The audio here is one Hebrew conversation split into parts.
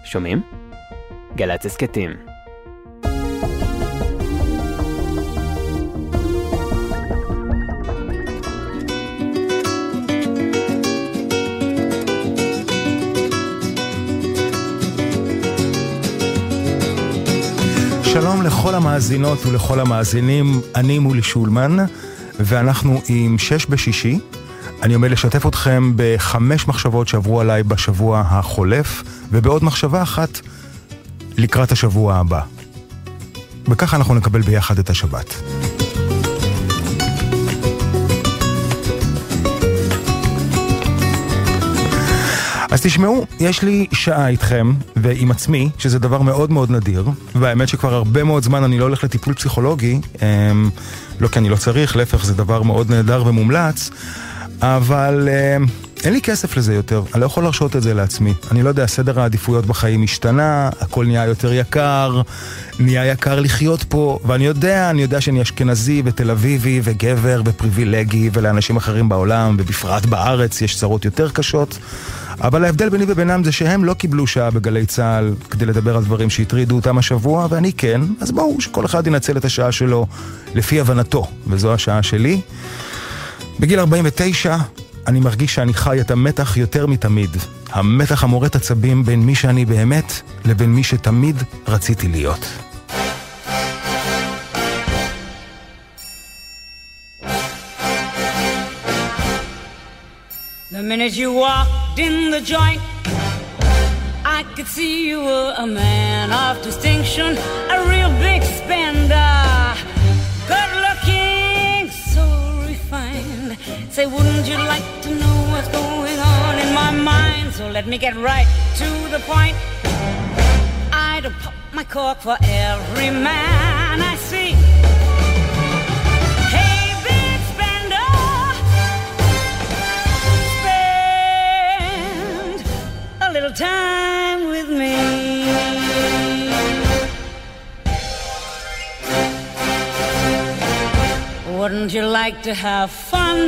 שומעים? גל"צ הסכתים. שלום לכל המאזינות ולכל המאזינים, אני מולי שולמן, ואנחנו עם 6 בשישי. אני עומד לשתף אתכם ב5 מחשבות שעברו עליי בשבוע החולף, ובעוד מחשבה אחת לקראת השבוע הבא. וככה אנחנו נקבל ביחד את השבת. אז תשמעו, יש לי שעה איתכם ועם עצמי, שזה דבר מאוד מאוד נדיר, והאמת שכבר הרבה מאוד זמן אני לא הולך לטיפול פסיכולוגי, לא כי אני לא צריך, להפך, זה דבר מאוד נהדר ומומלץ, אבל אין לי כסף לזה יותר, אני לא יכול להרשות את זה לעצמי. אני לא יודע, סדר העדיפויות בחיים השתנה, הכל נהיה יותר יקר, נהיה יקר לחיות פה, ואני יודע שאני אשכנזי ותל אביבי וגבר ופריבילגי, ולאנשים אחרים בעולם, ובפרט בארץ, יש צרות יותר קשות. אבל ההבדל ביני ובינם זה שהם לא קיבלו שעה בגלי צהל כדי לדבר על דברים שהטרידו אותם השבוע, ואני כן. אז בואו שכל אחד ינצל את השעה שלו לפי הבנתו, וזו השעה שלי. בגיל 49 אני מרגיש שאני חי את המתח יותר מתמיד. המתח המורת עצבים בין מי שאני באמת לבין מי שתמיד רציתי להיות. The minute you walked in the joint, I could see you were a man of distinction, a real big spender, good looking, so refined. Say, wouldn't you like to know what's going on in my mind? So let me get right to the point. I'd pop my cork for every man I see. Time with me. Wouldn't you like to have fun?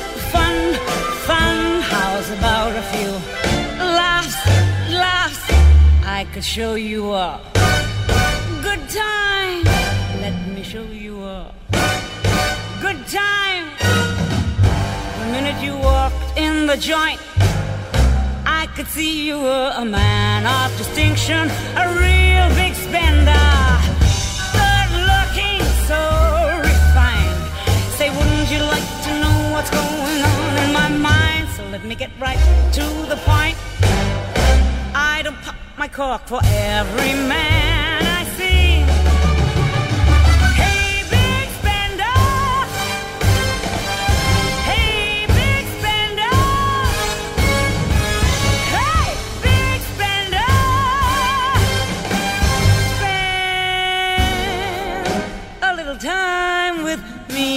How's about a few laughs? I could show you a good time. Let me show you a good time. The minute you walked in the joint, I could see you were a man of distinction, a real big spender, good looking, so refined. Say, wouldn't you like to know what's going on in my mind? So let me get right to the point. I'd pop my cork for every man I see. Time with me.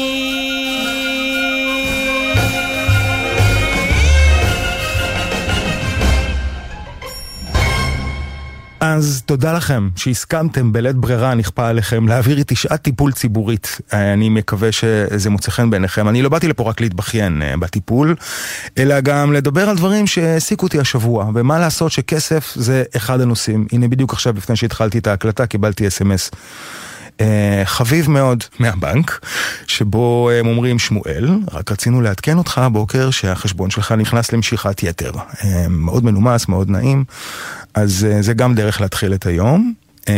אז תודה לכם שהסכמתם בלית ברירה נכפה עליכם להעביר איתי שעת טיפול ציבורית. אני מקווה שזה מוצא חן בעיניכם. אני לא באתי לפה רק להתבכיין בטיפול, אלא גם לדבר על דברים שהעסיקו אותי השבוע, ומה לעשות שכסף זה אחד הנושאים. הנה בדיוק עכשיו לפני שהתחלתי את ההקלטה קיבלתי SMS חביב מאוד מהבנק, שבו הם אומרים, שמואל, רק רצינו לעדכן אותך הבוקר שהחשבון שלך נכנס למשיכת יתר. מאוד מנומס, מאוד נעים, אז זה גם דרך להתחיל את היום.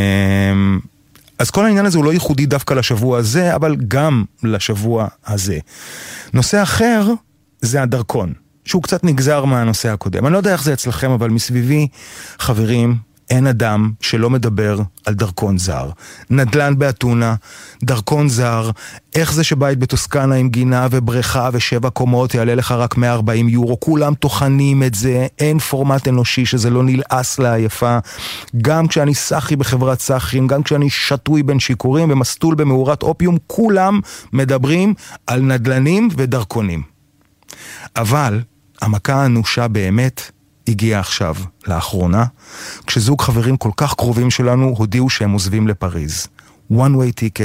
אז כל העניין הזה הוא לא ייחודי דווקא לשבוע הזה, אבל גם לשבוע הזה. נושא אחר זה הדרכון, שהוא קצת נגזר מהנושא הקודם. אני לא יודע איך זה אצלכם, אבל מסביבי, חברים, אין אדם שלא מדבר על דרכון זר. נדלן באתונה, דרכון זר, איך זה שבית בטוסקנה עם גינה ובריכה ו7 קומות יעלה לך רק 140 יורו, כולם תוכנים את זה, אין פורמט אנושי שזה לא נלעס לעייפה, גם כשאני סחי בחברת סחים, גם כשאני שטוי בין שיקורים ומסטול במאורת אופיום, כולם מדברים על נדלנים ודרכונים. אבל המכה האנושה באמת הגיע עכשיו, לאחרונה, כשזוג חברים כל כך קרובים שלנו הודיעו שהם עוזבים לפריז. one way ticket,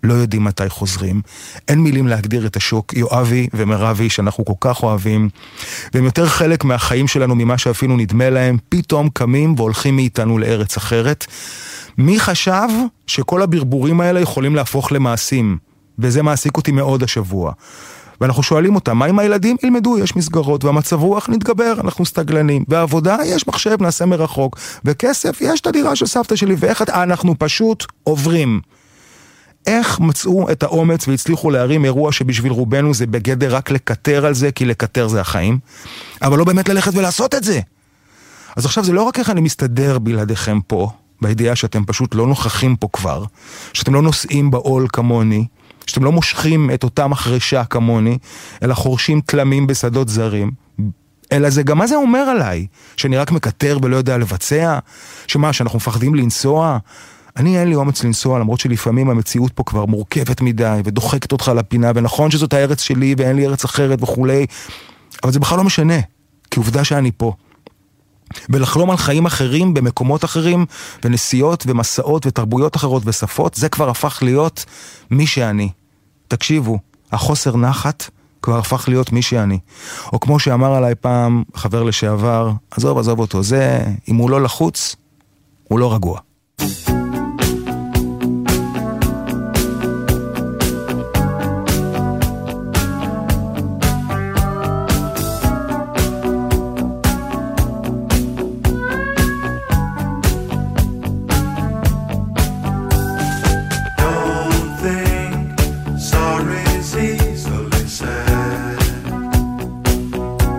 לא יודעים מתי חוזרים. אין מילים להגדיר את השוק. יואבי ומרבי שאנחנו כל כך אוהבים, והם יותר חלק מהחיים שלנו ממה שאפילו נדמה להם, פתאום קמים והולכים מאיתנו לארץ אחרת. מי חשב שכל הברבורים האלה יכולים להפוך למעשים? וזה מעסיק אותי מאוד השבוע. ואנחנו שואלים אותם, מה עם הילדים? ילמדו, יש מסגרות, והמצב רוח נתגבר, אנחנו סטגלנים, והעבודה, יש מחשב, נעשה מרחוק, וכסף, יש את הדירה של סבתא שלי, ואיך אנחנו פשוט עוברים. איך מצאו את האומץ והצליחו להרים אירוע שבשביל רובנו זה בגדר רק לקטר על זה, כי לקטר זה החיים, אבל לא באמת ללכת ולעשות את זה. אז עכשיו זה לא רק איך אני מסתדר בלעדיכם פה, בידיעה שאתם פשוט לא נוכחים פה כבר, שאתם לא נוסעים בעול כמוני, שאתם לא מושכים את אותם החרשה כמוני, אלא חורשים תלמים בשדות זרים, אלא זה גם מה זה אומר עליי, שאני רק מקטר ולא יודע לבצע, שאנחנו מפחדים לנסוע, אני אין לי אומץ לנסוע, למרות שלפעמים המציאות פה כבר מורכבת מדי, ודוחקת אותך לפינה, ונכון שזאת הארץ שלי, ואין לי ארץ אחרת וכולי, אבל זה בכלל לא משנה, כי עובדה שאני פה. ולחלום על חיים אחרים במקומות אחרים, ונסיעות ומסעות ותרבויות אחרות ושפות, זה כבר הפך להיות מי שאני. תקשיבו, החוסר נחת כבר הפך להיות מי שאני. או כמו שאמר עליי פעם חבר לשעבר, עזוב אותו, זה, אם הוא לא לחוץ, הוא לא רגוע.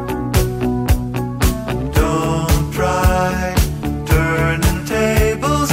Turning tables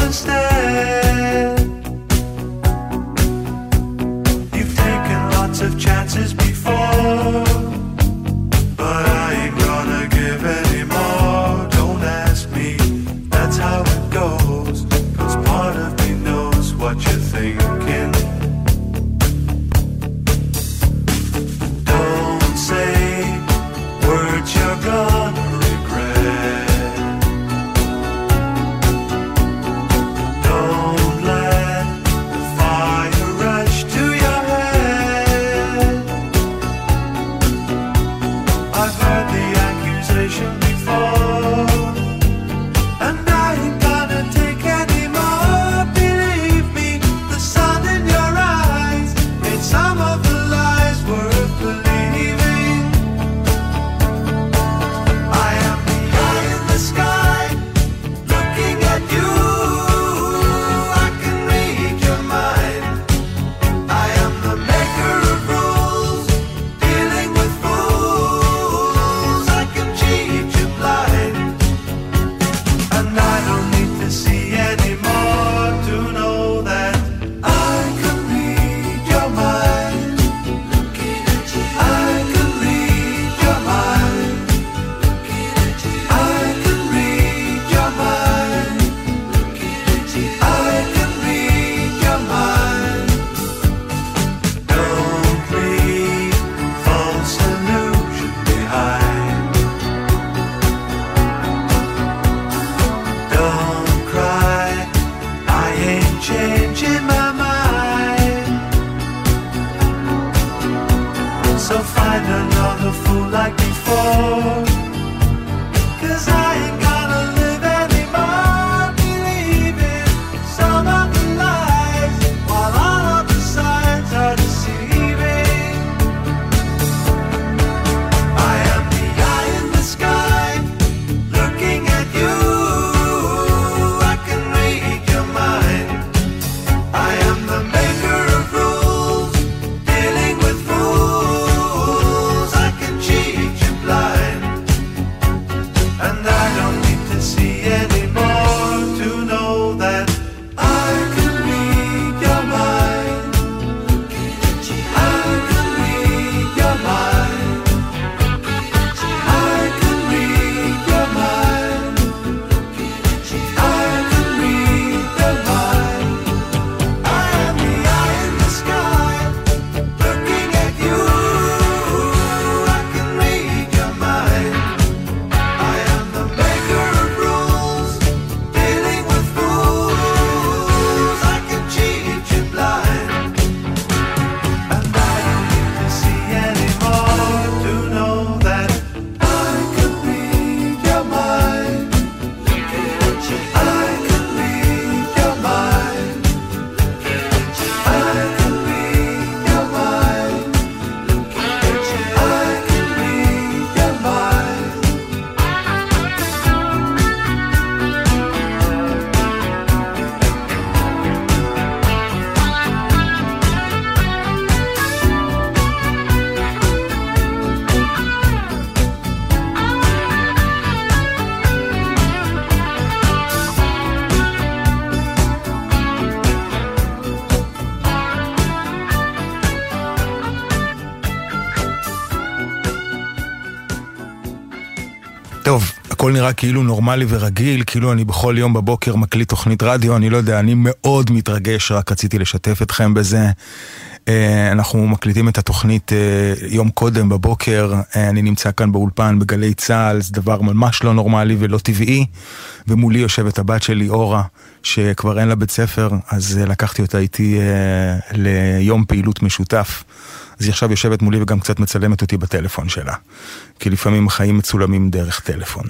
הכל נראה כאילו נורמלי ורגיל, כאילו אני בכל יום בבוקר מקליט תוכנית רדיו, אני לא יודע, אני מאוד מתרגש, רק רציתי לשתף אתכם בזה. אנחנו מקליטים את התוכנית יום קודם בבוקר, אני נמצא כאן באולפן בגלי צהל, זה דבר ממש לא נורמלי ולא טבעי, ומולי יושבת הבת שלי אורה, שכבר אין לה בית ספר, אז לקחתי אותה איתי ליום פעילות משותף, אז היא עכשיו יושבת מולי וגם קצת מצלמת אותי בטלפון שלה, כי לפעמים החיים מצולמים דרך טלפון.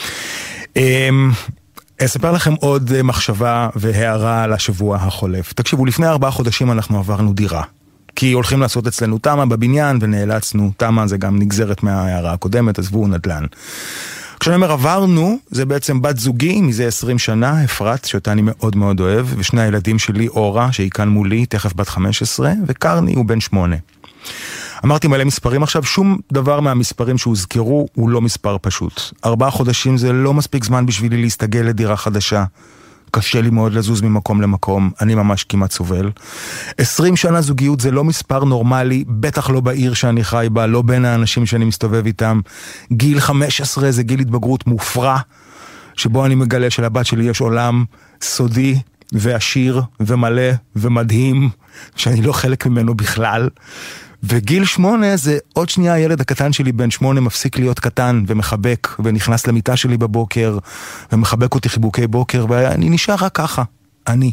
אספר לכם עוד מחשבה והערה על השבוע החולף. תקשיבו, לפני 4 חודשים אנחנו עברנו דירה, כי הולכים לעשות אצלנו תמה בבניין ונאלצנו, תמה זה גם נגזרת מההערה הקודמת, עזבו נדל"ן. כשאני אומר עברנו, זה בעצם בת זוגי מזה 20 שנה, אפרת, שאותה אני מאוד מאוד אוהב, ושני הילדים שלי, אורה, שהיא כאן מולי, תכף בת 15, וקרני הוא בן 8. אמרתי מלא מספרים עכשיו, שום דבר מהמספרים שהוזכרו הוא לא מספר פשוט. 4 חודשים זה לא מספיק זמן בשבילי להסתגל לדירה חדשה. קשה לי מאוד לזוז ממקום למקום, אני ממש כמעט סובל. 20 שנה זוגיות זה לא מספר נורמלי, בטח לא בעיר שאני חי בה, לא בין האנשים שאני מסתובב איתם. גיל 15 זה גיל התבגרות מופרע, שבו אני מגלה שלבת שלי יש עולם סודי ועשיר ומלא ומדהים, שאני לא חלק ממנו בכלל. וגיל 8 זה עוד שנייה הילד הקטן שלי בן 8 מפסיק להיות קטן ומחבק ונכנס למיטה שלי בבוקר ומחבק אותי חיבוקי בוקר ואני נשאר רק ככה, אני.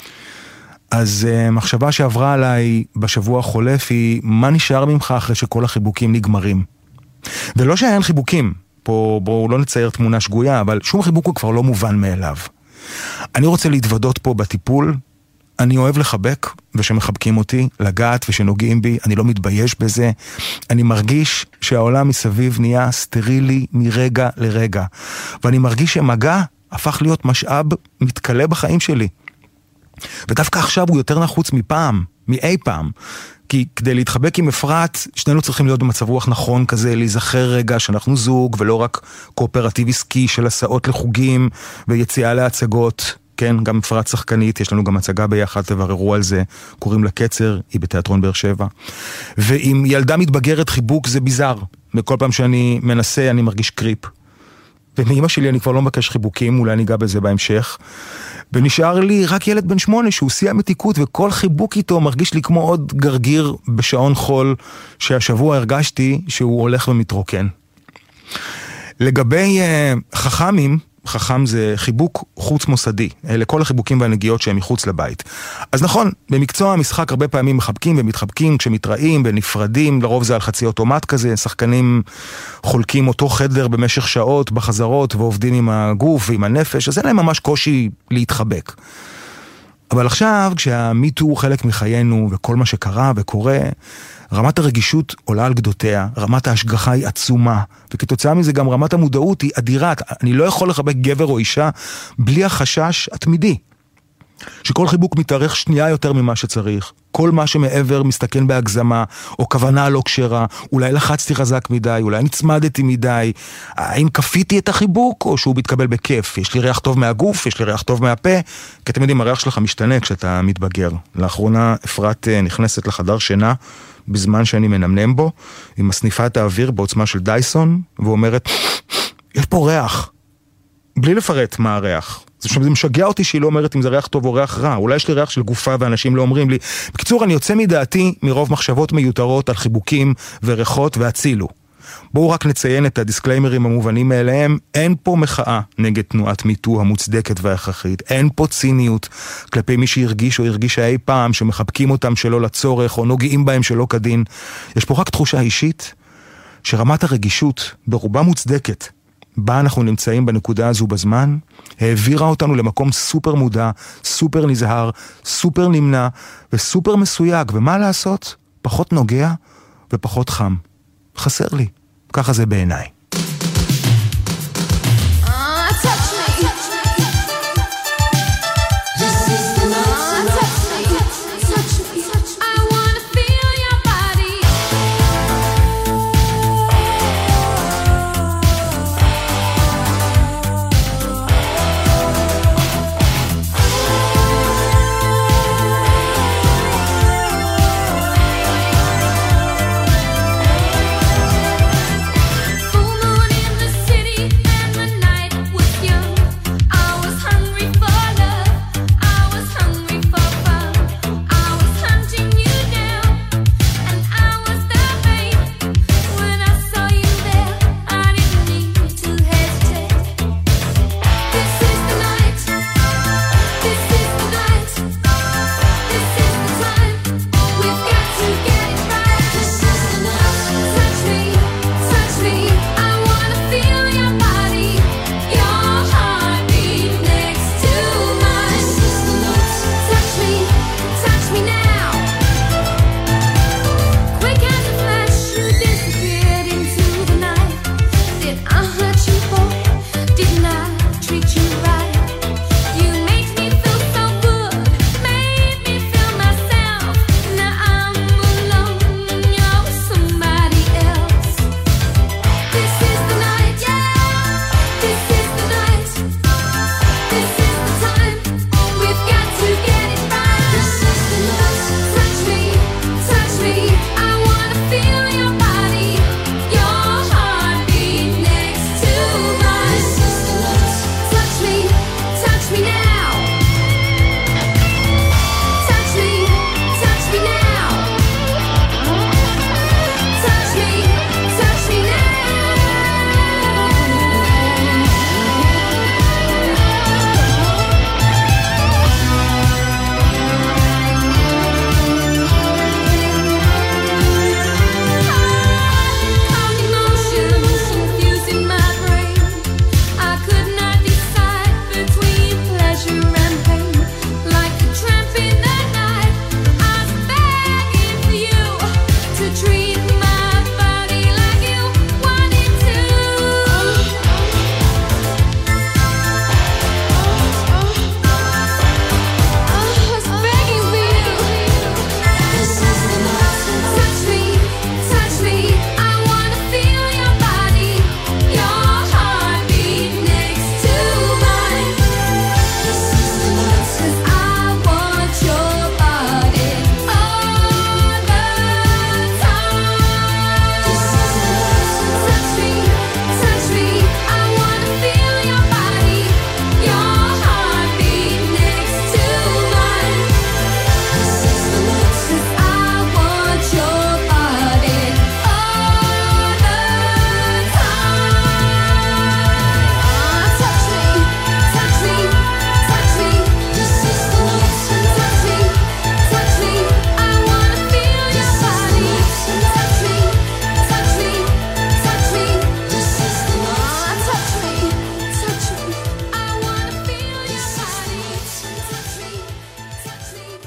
אז מחשבה שעברה עליי בשבוע החולף היא מה נשאר ממך אחרי שכל החיבוקים נגמרים. ולא שאין חיבוקים, פה בואו לא נצייר תמונה שגויה, אבל שום חיבוק הוא כבר לא מובן מאליו. אני רוצה להתוודות פה בטיפול, אני אוהב לחבק ושמחבקים אותי, לגעת ושנוגעים בי, אני לא מתבייש בזה. אני מרגיש שהעולם מסביב נהיה סטרילי מרגע לרגע. ואני מרגיש שמגע הפך להיות משאב מתקלה בחיים שלי. ודווקא עכשיו הוא יותר נחוץ מפעם, מאי פעם. כי כדי להתחבק עם אפרת, שנינו צריכים להיות במצב רוח נכון כזה, להיזכר רגע שאנחנו זוג, ולא רק קואופרטיב עסקי של הסעות לחוגים ויציאה להצגות. כן, גם אפרת שחקנית, יש לנו גם הצגה ביחד, תבררו על זה, קוראים לה קצר, היא בתיאטרון באר שבע. ועם ילדה מתבגרת חיבוק זה ביזר, וכל פעם שאני מנסה אני מרגיש קריפ. ומאמא שלי אני כבר לא מבקש חיבוקים, אולי ניגע בזה בהמשך. ונשאר לי רק ילד בן 8 שהוא שיא המתיקות, וכל חיבוק איתו מרגיש לי כמו עוד גרגיר בשעון חול, שהשבוע הרגשתי שהוא הולך ומתרוקן. לגבי חכמים, חכם זה חיבוק חוץ מוסדי, לכל החיבוקים והנגיעות שהם מחוץ לבית. אז נכון, במקצוע המשחק הרבה פעמים מחבקים ומתחבקים כשמתראים ונפרדים, לרוב זה על חצי אוטומט כזה, שחקנים חולקים אותו חדר במשך שעות בחזרות ועובדים עם הגוף ועם הנפש, אז אין להם ממש קושי להתחבק. אבל עכשיו, כשהמיטו הוא חלק מחיינו וכל מה שקרה וקורה, רמת הרגישות עולה על גדותיה, רמת ההשגחה היא עצומה, וכתוצאה מזה גם רמת המודעות היא אדירה. אני לא יכול לחבק גבר או אישה בלי החשש התמידי, שכל חיבוק מתארך שנייה יותר ממה שצריך, כל מה שמעבר מסתכן בהגזמה, או כוונה לא כשרה, אולי לחצתי חזק מדי, אולי נצמדתי מדי, האם כפיתי את החיבוק, או שהוא מתקבל בכיף, יש לי ריח טוב מהגוף, יש לי ריח טוב מהפה, כי אתם יודעים, הריח שלך משתנה כשאתה מתבגר. לאחרונה אפרת נכנסת לחדר שינה, בזמן שאני מנמנם בו, היא מסניפה את האוויר בעוצמה של דייסון, ואומרת, יש פה ריח, בלי לפרט מה הריח. זה משגע אותי שהיא לא אומרת אם זה ריח טוב או ריח רע, אולי יש לי ריח של גופה ואנשים לא אומרים לי. בקיצור, אני יוצא מדעתי מרוב מחשבות מיותרות על חיבוקים וריחות והצילו. בואו רק נציין את הדיסקליימרים המובנים מאליהם, אין פה מחאה נגד תנועת מיטו המוצדקת וההכרחית, אין פה ציניות כלפי מי שהרגיש או הרגישה אי פעם שמחבקים אותם שלא לצורך או נוגעים בהם שלא כדין. יש פה רק תחושה אישית שרמת הרגישות ברובה מוצדקת, בה אנחנו נמצאים בנקודה הזו בזמן, העבירה אותנו למקום סופר מודע, סופר נזהר, סופר נמנע וסופר מסויג, ומה לעשות? פחות נוגע ופחות חם. חסר לי. ככה זה בעיניי. Full moon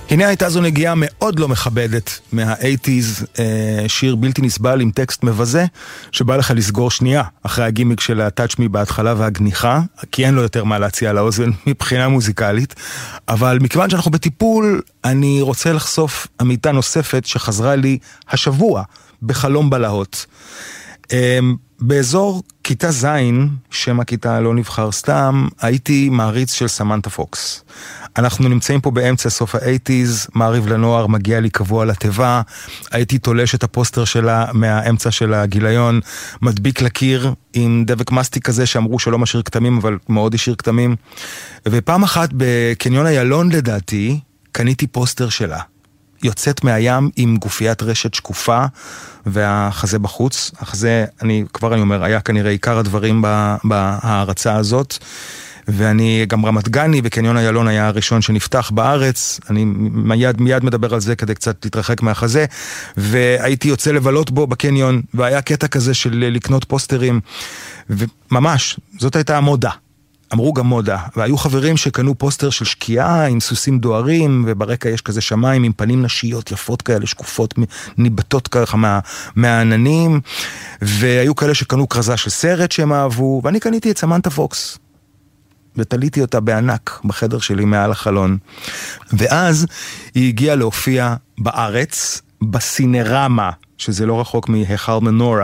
הנה הייתה זו נגיעה מאוד לא מכבדת מה-80s, שיר בלתי נסבל עם טקסט מבזה, שבא לך לסגור שנייה אחרי הגימיק של ה-Touch Me בהתחלה והגניחה, כי אין לו יותר מה להציע לאוזן מבחינה מוזיקלית, אבל מכיוון שאנחנו בטיפול, אני רוצה לחשוף עמיתה נוספת שחזרה לי השבוע בחלום בלהות. באזור כיתה זין, שם הכיתה לא נבחר סתם, הייתי מעריץ של סמנטה פוקס. אנחנו נמצאים פה באמצע סוף ה-80s, מעריב לנוער מגיע לי קבוע לטבע, הייתי תולש את הפוסטר שלה מהאמצע של הגיליון, מדביק לקיר עם דבק מסטיק כזה שאמרו שלא משאיר כתמים, אבל מאוד השאיר כתמים. ופעם אחת בקניון איילון לדעתי, קניתי פוסטר שלה. יוצאת מהים עם גופיית רשת שקופה והחזה בחוץ. החזה, אני אומר, היה כנראה עיקר הדברים בהרצאה הזאת. ואני גם רמת גני בקניון איילון היה הראשון שנפתח בארץ, אני מיד מדבר על זה כדי קצת להתרחק מהחזה, והייתי יוצא לבלות בו בקניון, והיה קטע כזה של לקנות פוסטרים, וממש, זאת הייתה המודה. אמרו גם מודה, והיו חברים שקנו פוסטר של שקיעה עם סוסים דוהרים, וברקע יש כזה שמיים עם פנים נשיות יפות כאלה, שקופות, ניבטות ככה מהעננים, והיו כאלה שקנו כרזה של סרט שהם אהבו, ואני קניתי את סמנטה פוקס. ותליתי אותה בענק בחדר שלי מעל החלון. ואז היא הגיעה להופיע בארץ, בסינרמה, שזה לא רחוק מהיכל מנורה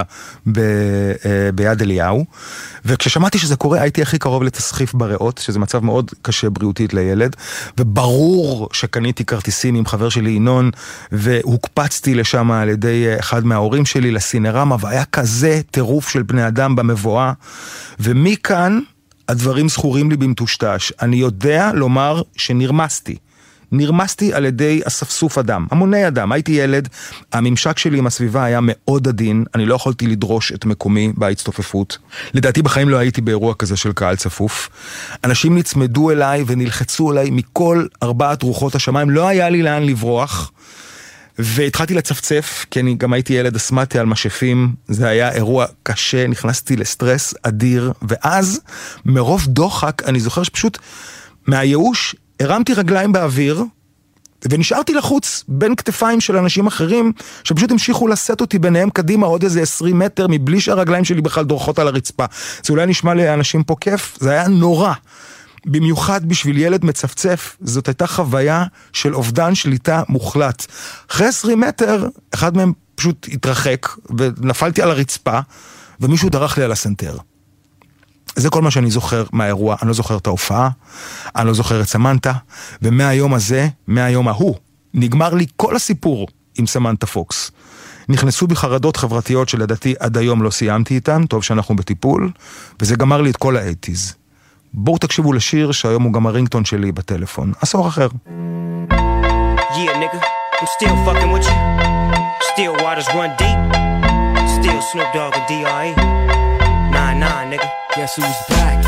ביד אליהו. וכששמעתי שזה קורה, הייתי הכי קרוב לתסחיף בריאות, שזה מצב מאוד קשה בריאותית לילד, וברור שקניתי כרטיסים עם חבר שלי ינון, והוקפצתי לשם על ידי אחד מההורים שלי לסינרמה, והיה כזה טירוף של בני אדם במבואה, ומכאן הדברים זכורים לי במטושטש. אני יודע לומר שנרמסתי. נרמסתי על ידי אספסוף אדם, המוני אדם. הייתי ילד, הממשק שלי עם הסביבה היה מאוד עדין, אני לא יכולתי לדרוש את מקומי בהצטופפות. לדעתי בחיים לא הייתי באירוע כזה של קהל צפוף. אנשים נצמדו אליי ונלחצו אליי מכל 4 רוחות השמיים, לא היה לי לאן לברוח. והתחלתי לצפצף, כי אני גם הייתי ילד אסמטי על משפים, זה היה אירוע קשה, נכנסתי לסטרס אדיר, ואז מרוב דוחק, אני זוכר שפשוט מהייאוש, הרמתי רגליים באוויר, ונשארתי לחוץ בין כתפיים של אנשים אחרים, שפשוט המשיכו לשאת אותי ביניהם קדימה עוד איזה 20 מטר, מבלי שהרגליים שלי בכלל דורכות על הרצפה. זה אולי נשמע לאנשים פה כיף, זה היה נורא. במיוחד בשביל ילד מצפצף, זאת הייתה חוויה של אובדן שליטה מוחלט. אחרי 20 מטר, אחד מהם פשוט התרחק, ונפלתי על הרצפה, ומישהו דרך לי על הסנטר. זה כל מה שאני זוכר מהאירוע, אני לא זוכר את ההופעה, אני לא זוכר את סמנטה, ומהיום הזה, מהיום ההוא, נגמר לי כל הסיפור עם סמנטה פוקס. נכנסו בי חרדות חברתיות שלדעתי עד היום לא סיימתי איתן, טוב שאנחנו בטיפול, וזה גמר לי את כל ה-80s. בואו תקשיבו לשיר שהיום הוא גם הרינגטון שלי בטלפון. עשור אחר. Yeah, nigga, I'm still fucking with you. Still waters run deep. Still Snoop Dogg and D.R.E. 9-9, nigga. Guess who's back?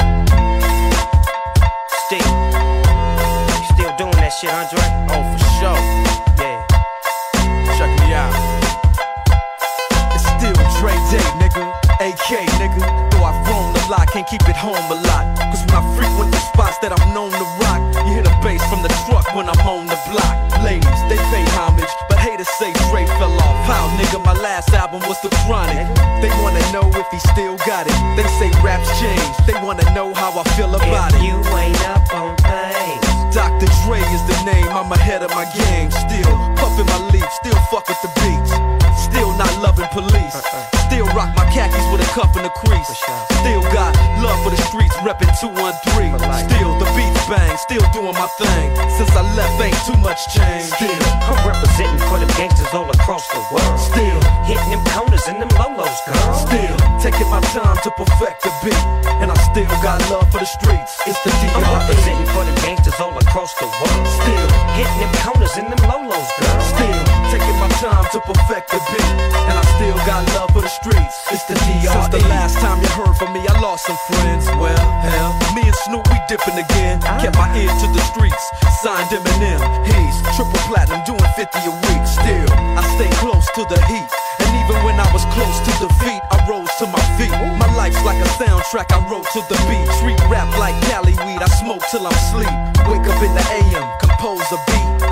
Still doing that shit, Andre? Oh, for sure. Yeah. Check me out. It's still Dre Day, nigga. AK, nigga. Though I've grown a lot, can't keep it home a lot. Cause when I frequent the spots that I'm known to rock, you hear the bass from the truck when I'm on the block. Ladies, they pay homage, but haters say Dre fell off. How, nigga, my last album was The Chronic. They wanna know if he still got it. They say raps change, they wanna know how I feel about it. If you ain't up on things, Dr. Dre is the name, I'm ahead of my game. Still puffin' my leaf, still fuck with the beats. Still not loving police. Still rock my khakis with a cuff and a crease. Still got love for the streets, reppin' 213. Still the beats bang, still doing my thing. Since I left ain't too much change. Still I'm representing for them gangsters all across the world. Still hitting them corners and them lolos, girl. Still taking my time to perfect the beat. And I still got love for the streets. It's the D.R.E. I'm representing for them gangsters all across the world. Still hitting them corners and them lolos, girl. Still taking my time to perfect the beat. And I still got love for the streets. It's the D.R.E. Since the last time you heard from me, I lost some friends. Well, hell, me and Snoop, we dipping again. Kept my ear to the streets. Signed Eminem. He's triple platinum, doing 50 a week. Still, I stay close to the heat. And even when I was close to defeat, I rose to my feet. My life's like a soundtrack, I wrote to the beat. Street rap like Cali weed, I smoke till I'm asleep. Wake up in the AM, compose a beat. I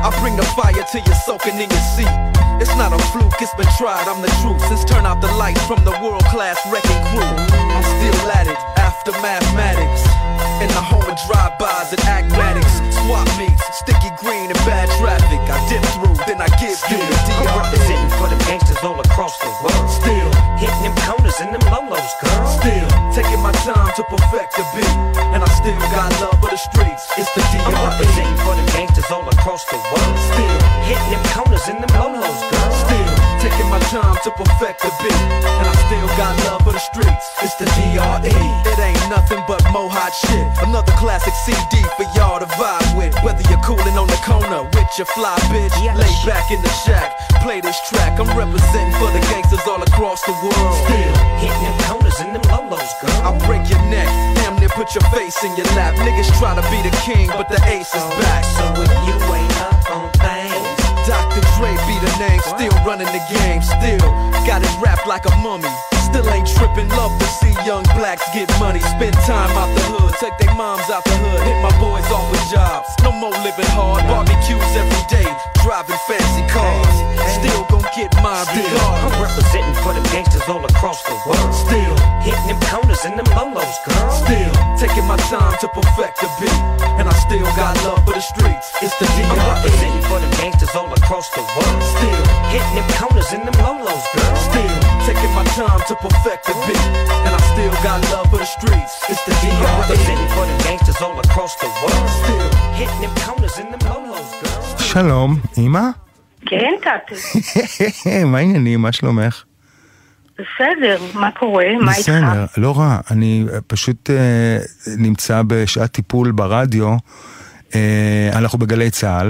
I bring the fire till you're soaking in your seat. It's not a fluke, it's been tried, I'm the truth. Since turn out the lights from the world-class wrecking crew, I'm still at it, after mathematics. In the home of drive-bys and acmatics, swap meets, sticky green and bad traffic. I dip through, then I give you the DR. I'm representing for the gangsters all across the world. Still hitting them corners and them lolos, girl. Still taking my time to perfect the beat, and I still got love for the streets. It's the DR. I'm representing for the gangsters all across the world. Still hitting them corners and them lolos, girl. Still taking my time to perfect the beat, and I still got love for the streets. It's the DRE. It ain't nothing but mohawk shit. Another classic CD for y'all to vibe with. Whether you're coolin' on the corner with your fly bitch, lay back in the shack, play this track. I'm representing for the gangsters all across the world. Still hitting them corners and them lolos, girl. I'll break your neck, damn near put your face in your lap. Niggas try to be the king, but the ace is back. So if you ain't up on things, Dr. Dre be the name, still running the game, still got it wrapped like a mummy. Still ain't trippin', love to see young blacks get money. Spend time out the hood, take their moms out the hood. Hit my boys off with jobs, no more living hard. Barbecues every day, driving fancy cars. Still gon' get mine regardless. I'm representing for the gangsters all across the world. Still hitting them corners and them lolos, girl. Still taking my time to perfect the beat, and I still got love for the streets. It's the DR. I'm representing for the gangsters all across the world. Still hitting them corners and them lolos, girl. Still taking my time to perfect the beat, and I still got love for the streets. It's the DR. I'm representing for the gangsters all across the world. Still hitting them corners and them lolos, girl. שלום, אמא? כן, תתי. מה העניינים? מה שלומך? בסדר, מה קורה? מה איתך? בסדר, לא רע. אני פשוט נמצא בשעת טיפול ברדיו. אנחנו בגלי צהל.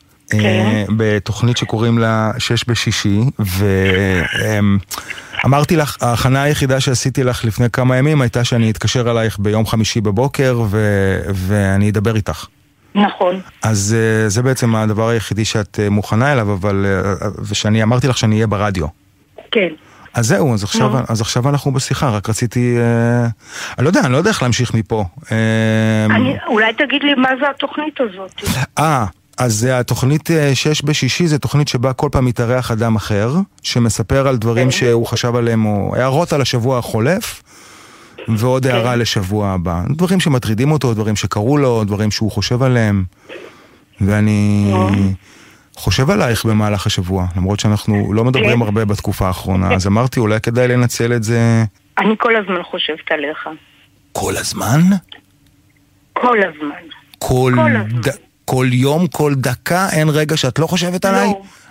בתוכנית שקוראים לה 6 בשישי, ואמרתי לך, ההכנה היחידה שעשיתי לך לפני כמה ימים הייתה שאני אתקשר אלייך ביום חמישי בבוקר ואני אדבר איתך. נכון. אז זה בעצם הדבר היחידי שאת מוכנה אליו, אבל ושאני אמרתי לך שאני אהיה ברדיו. כן. אז זהו, אז עכשיו אנחנו בשיחה, רק רציתי, אני לא יודע איך להמשיך מפה. אולי תגיד לי מה זה התוכנית הזאת. אז התוכנית 6 בשישי זה תוכנית שבה כל פעם מתארח אדם אחר, שמספר על דברים שהוא חשב עליהם, או הערות על השבוע החולף, ועוד הערה לשבוע הבא. דברים שמטרידים אותו, דברים שקרו לו, דברים שהוא חושב עליהם. ואני חושב עלייך במהלך השבוע, למרות שאנחנו לא מדברים הרבה בתקופה האחרונה, אז אמרתי אולי כדאי לנצל את זה. אני כל הזמן חושבת עליך. כל הזמן? כל הזמן. כל יום, כל דקה, אין רגע שאת לא חושבת עליי?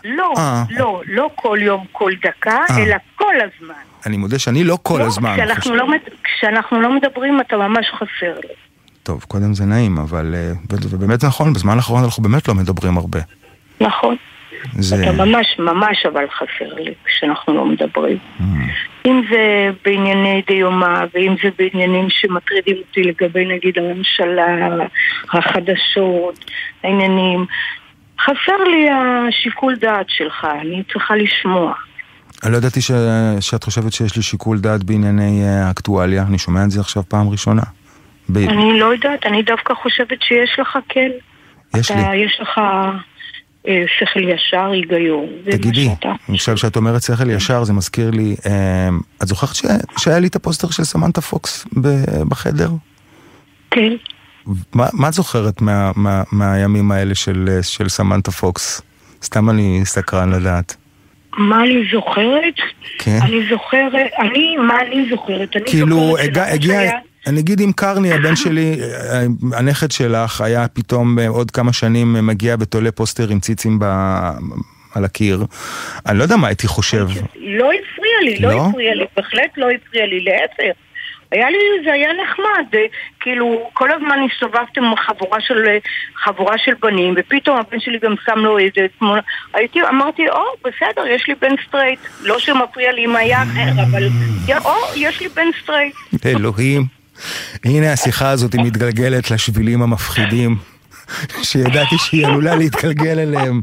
לא כל יום, כל דקה, אלא כל הזמן. אני מודה שאני לא כל הזמן. כשאנחנו לא מדברים אתה ממש חסר לי. טוב, קודם זה נעים, אבל באמת נכון, בזמן האחרון אנחנו באמת לא מדברים הרבה. נכון. אתה ממש אבל חסר לי כשאנחנו לא מדברים. אם זה בענייני דיומה, ואם זה בעניינים שמטרידים אותי לגבי נגיד הממשלה, החדשות, העניינים, חסר לי השיקול דעת שלך, אני צריכה לשמוע. אני לא ידעתי שאת חושבת שיש לי שיקול דעת בענייני אקטואליה, אני שומע את זה עכשיו פעם ראשונה. אני לא יודעת, אני דווקא חושבת שיש לך כן. יש לך שכל ישר, היגיון. תגידי, אני חושב שאת אומרת שכל ישר, זה מזכיר לי, את זוכרת שהיה לי את הפוסטר של סמנטה פוקס בחדר? כן. מה את זוכרת מהימים האלה של סמנטה פוקס? סתם אני סקרן לדעת. מה אני זוכרת? כן. מה אני זוכרת? כאילו, הגיע... אני אגיד עם קרני, הבן שלי, הנכד שלך היה פתאום עוד כמה שנים מגיע ותולה פוסטר עם ציצים על הקיר. אני לא יודע מה הייתי חושב. לא הפריע לי, בהחלט לא הפריע לי, להפך. זה היה נחמד, כאילו כל הזמן הסתובבתם חבורה של בנים, ופתאום הבן שלי גם שם לו איזה תמונה, אמרתי, בסדר, יש לי בן סטרייט, לא שמפריע לי אם היה אחר, אבל יש לי בן סטרייט. אלוהים, הנה השיחה הזאת היא מתגלגלת לשבילים המפחידים, שידעתי שהיא עלולה להתגלגל אליהם.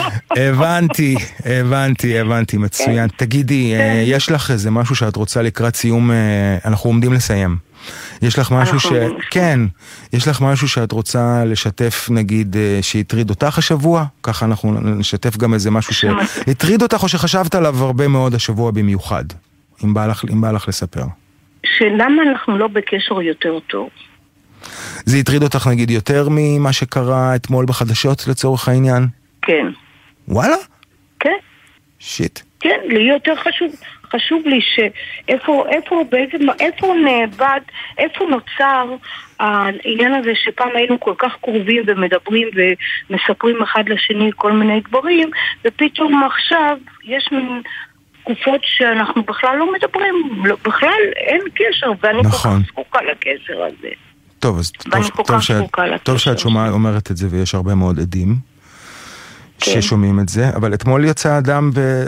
הבנתי, מצוין. תגידי, יש לך איזה משהו שאת רוצה לקראת סיום, אנחנו עומדים לסיים. יש לך משהו כן, יש לך משהו שאת רוצה לשתף, נגיד, שהטריד אותך השבוע? ככה אנחנו נשתף גם איזה משהו שהטריד אותך, או שחשבת עליו הרבה מאוד השבוע במיוחד, אם בא לך לספר. שלמה אנחנו לא בקשר יותר טוב? זה הטריד אותך, נגיד, יותר ממה שקרה אתמול בחדשות, לצורך העניין? כן. וואלה? כן. שיט. כן, לי יותר חשוב לי איפה נאבד, איפה נוצר העניין הזה שפעם היינו כל כך קרובים ומדברים ומספרים אחד לשני כל מיני דברים, ופתאום עכשיו יש מין תקופות שאנחנו בכלל לא מדברים, בכלל אין קשר, ואני נכון. כל כך זקוקה לקשר הזה. טוב, אז טוב שאת אומרת את זה, ויש הרבה מאוד עדים. ששומעים את זה, אבל אתמול יצא אדם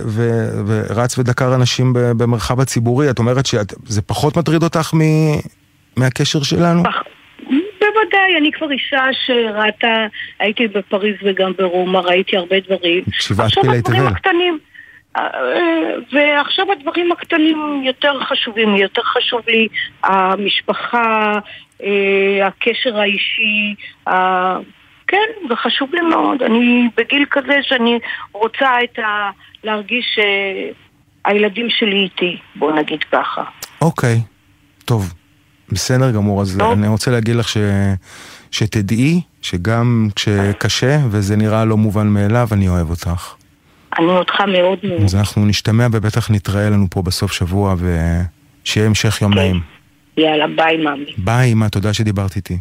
ורץ ודקר אנשים במרחב הציבורי, את אומרת שזה פחות מטריד אותך מהקשר שלנו? בוודאי, אני כבר אישה שראתה, הייתי בפריז וגם ברומא, ראיתי הרבה דברים. עכשיו הדברים הקטנים, ועכשיו הדברים הקטנים יותר חשובים, יותר חשוב לי המשפחה, הקשר האישי, כן, וחשוב לי מאוד. אני בגיל כזה שאני רוצה להרגיש שהילדים שלי איתי, בוא נגיד ככה. אוקיי, טוב, בסדר גמור. אז אני רוצה להגיד לך שתדעי שגם כשקשה וזה נראה לא מובן מאליו, אני אוהב אותך. אני אותך מאוד מאוד. אז אנחנו נשתמע ובטח נתראה לנו פה בסוף שבוע, ושיהיה המשך יום נעים. יאללה, ביי מאמי. ביי אמא, תודה שדיברת איתי.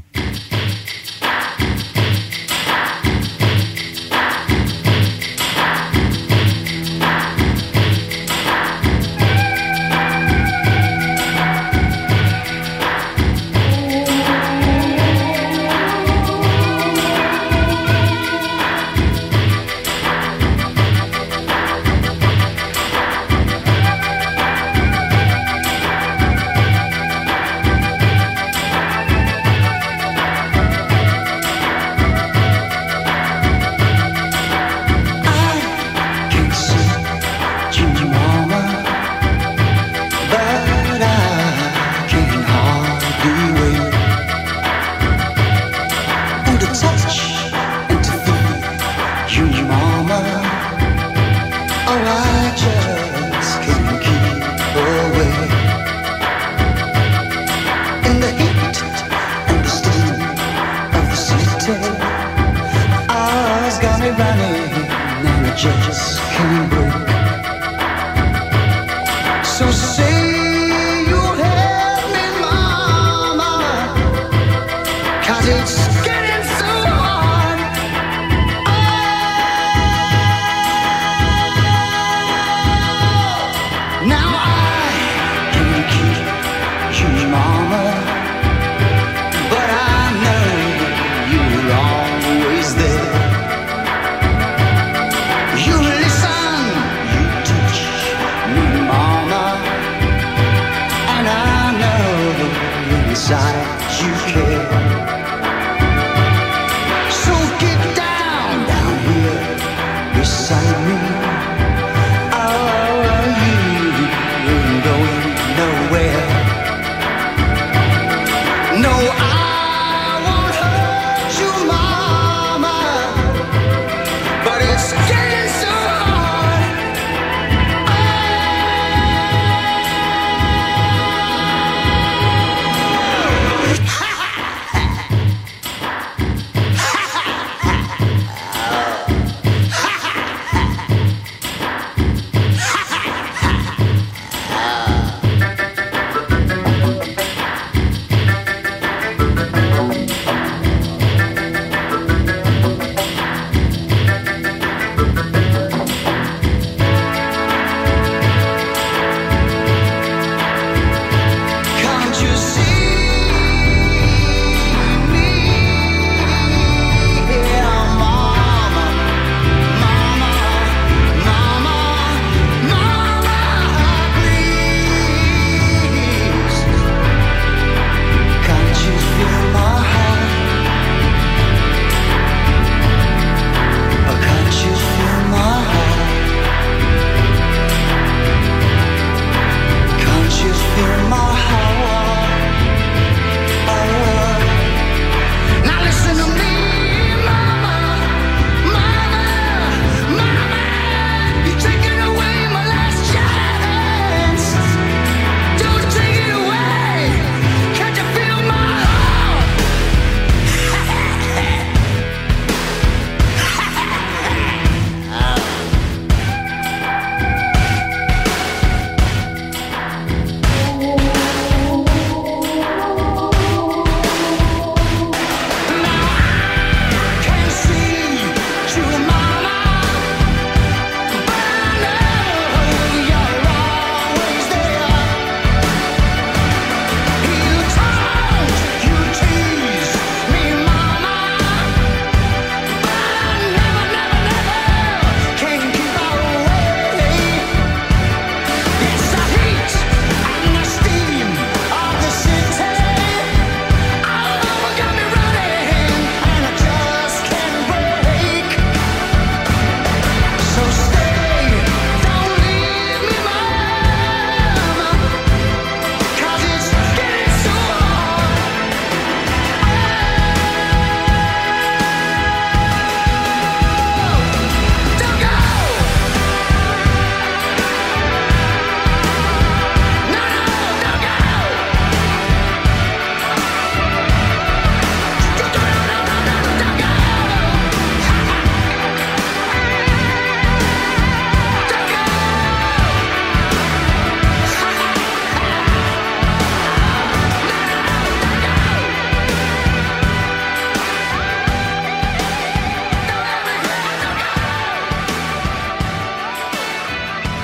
You listen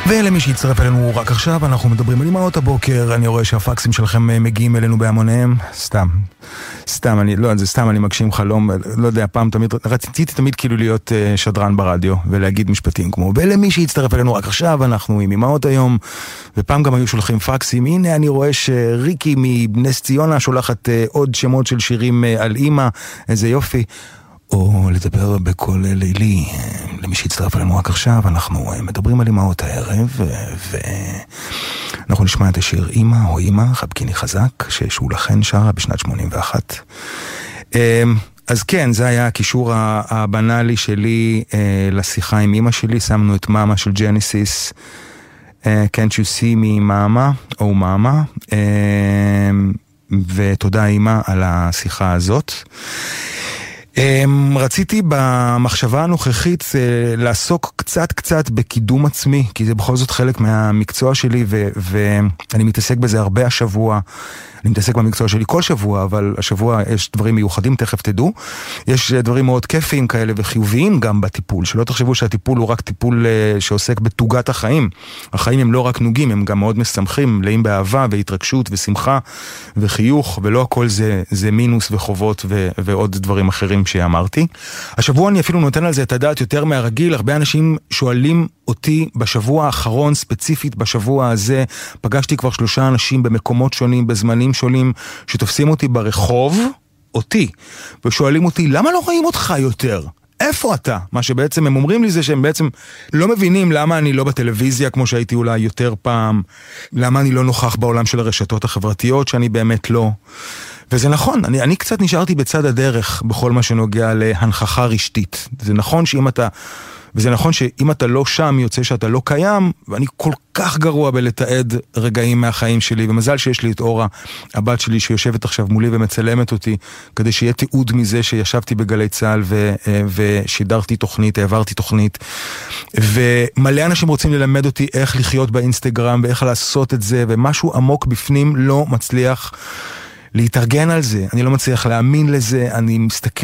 ולמי שיצטרף אלינו רק עכשיו, אנחנו מדברים על אמהות הבוקר. אני רואה שהפקסים שלכם מגיעים אלינו בהמוניהם. סתם, אני מגשים חלום, לא יודע, פעם תמיד, רציתי תמיד כאילו להיות שדרן ברדיו, ולהגיד משפטים כמו, ולמי שיצטרף אלינו רק עכשיו, אנחנו עם אמהות היום, ופעם גם היו שולחים פקסים. הנה אני רואה שריקי מבנס ציונה שולחת עוד שמות של שירים על אמא, איזה יופי. או לדבר בכל לילי, למי שיצטרף אלינו רק עכשיו, אנחנו מדברים על אמהות הערב, ואנחנו נשמע את השיר אמא או אמא, חבקיני חזק, ששולה חן שרה בשנת 81. אז כן, זה היה הקישור הבנאלי שלי לשיחה עם אמא שלי, שמנו את מאמה של ג'נסיס, Can't you see me מאמה, או מאמה, ותודה אמא על השיחה הזאת. רציתי במחשבה הנוכחית לעסוק קצת בקידום עצמי, כי זה בכל זאת חלק מהמקצוע שלי, ואני מתעסק בזה הרבה השבוע. אני מתעסק במקצוע שלי כל שבוע, אבל השבוע יש דברים מיוחדים, תכף תדעו. יש דברים מאוד כיפיים כאלה וחיוביים גם בטיפול, שלא תחשבו שהטיפול הוא רק טיפול שעוסק בתוגת החיים. החיים הם לא רק נוגים, הם גם מאוד משמחים, מלאים באהבה והתרגשות ושמחה וחיוך, ולא הכל זה מינוס וחובות ועוד דברים אחרים שאמרתי. השבוע אני אפילו נותן על זה את הדעת יותר מהרגיל. הרבה אנשים שואלים אותי בשבוע האחרון, ספציפית בשבוע הזה, פגשתי כבר 3 אנשים במקומות שונים, בזמנים שונים, שתופסים אותי ברחוב, אותי, ושואלים אותי, למה לא רואים אותך יותר? איפה אתה? מה שבעצם הם אומרים לי זה שהם בעצם לא מבינים למה אני לא בטלוויזיה כמו שהייתי אולי יותר פעם, למה אני לא נוכח בעולם של הרשתות החברתיות שאני באמת לא. וזה נכון, אני קצת נשארתי בצד הדרך בכל מה שנוגע להנכחה רשתית. זה נכון וזה נכון שאם אתה לא שם יוצא שאתה לא קיים, ואני כל כך גרוע בלתעד רגעים מהחיים שלי, ומזל שיש לי את אורה, הבת שלי שיושבת עכשיו מולי ומצלמת אותי, כדי שיהיה תיעוד מזה שישבתי בגלי צהל ושידרתי תוכנית, העברתי תוכנית, ומלא אנשים רוצים ללמד אותי איך לחיות באינסטגרם ואיך לעשות את זה, ומשהו עמוק בפנים לא מצליח להתארגן על זה, אני לא מצליח להאמין לזה, אני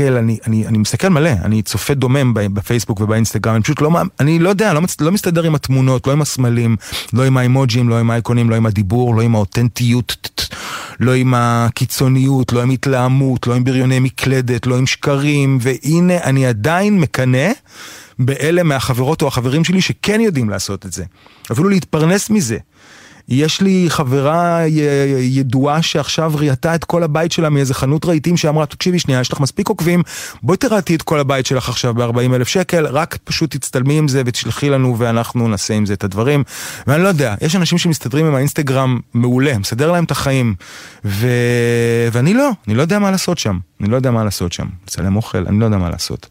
מסתכל מלא, אני צופה דומם בפייסבוק ובאינסטגרם, אני פשוט אני לא יודע, לא מסתדר עם התמונות, לא עם הסמלים, לא עם האימוג'ים, לא עם האיקונים, לא עם הדיבור, לא עם האותנטיות, לא עם הקיצוניות, לא עם התלהמות, לא עם בריוני מקלדת, לא עם שקרים, והנה אני עדיין מקנה באלה מהחברות או החברים שלי שכן יודעים לעשות את זה, אפילו להתפרנס מזה. יש לי חברה ידועה שעכשיו ראייתה את כל הבית שלה מאיזה חנות רהיטים שאמרה, תקשיבי שנייה, יש לך מספיק עוקבים, בואי תראיתי את כל הבית שלך עכשיו ב-40,000 שקל, רק פשוט תצטלמי עם זה ותשלחי לנו ואנחנו נעשה עם זה את הדברים. ואני לא יודע, יש אנשים שמסתדרים עם האינסטגרם מעולה, מסדר להם את החיים, ואני לא יודע מה לעשות שם, לצלם אוכל, אני לא יודע מה לעשות.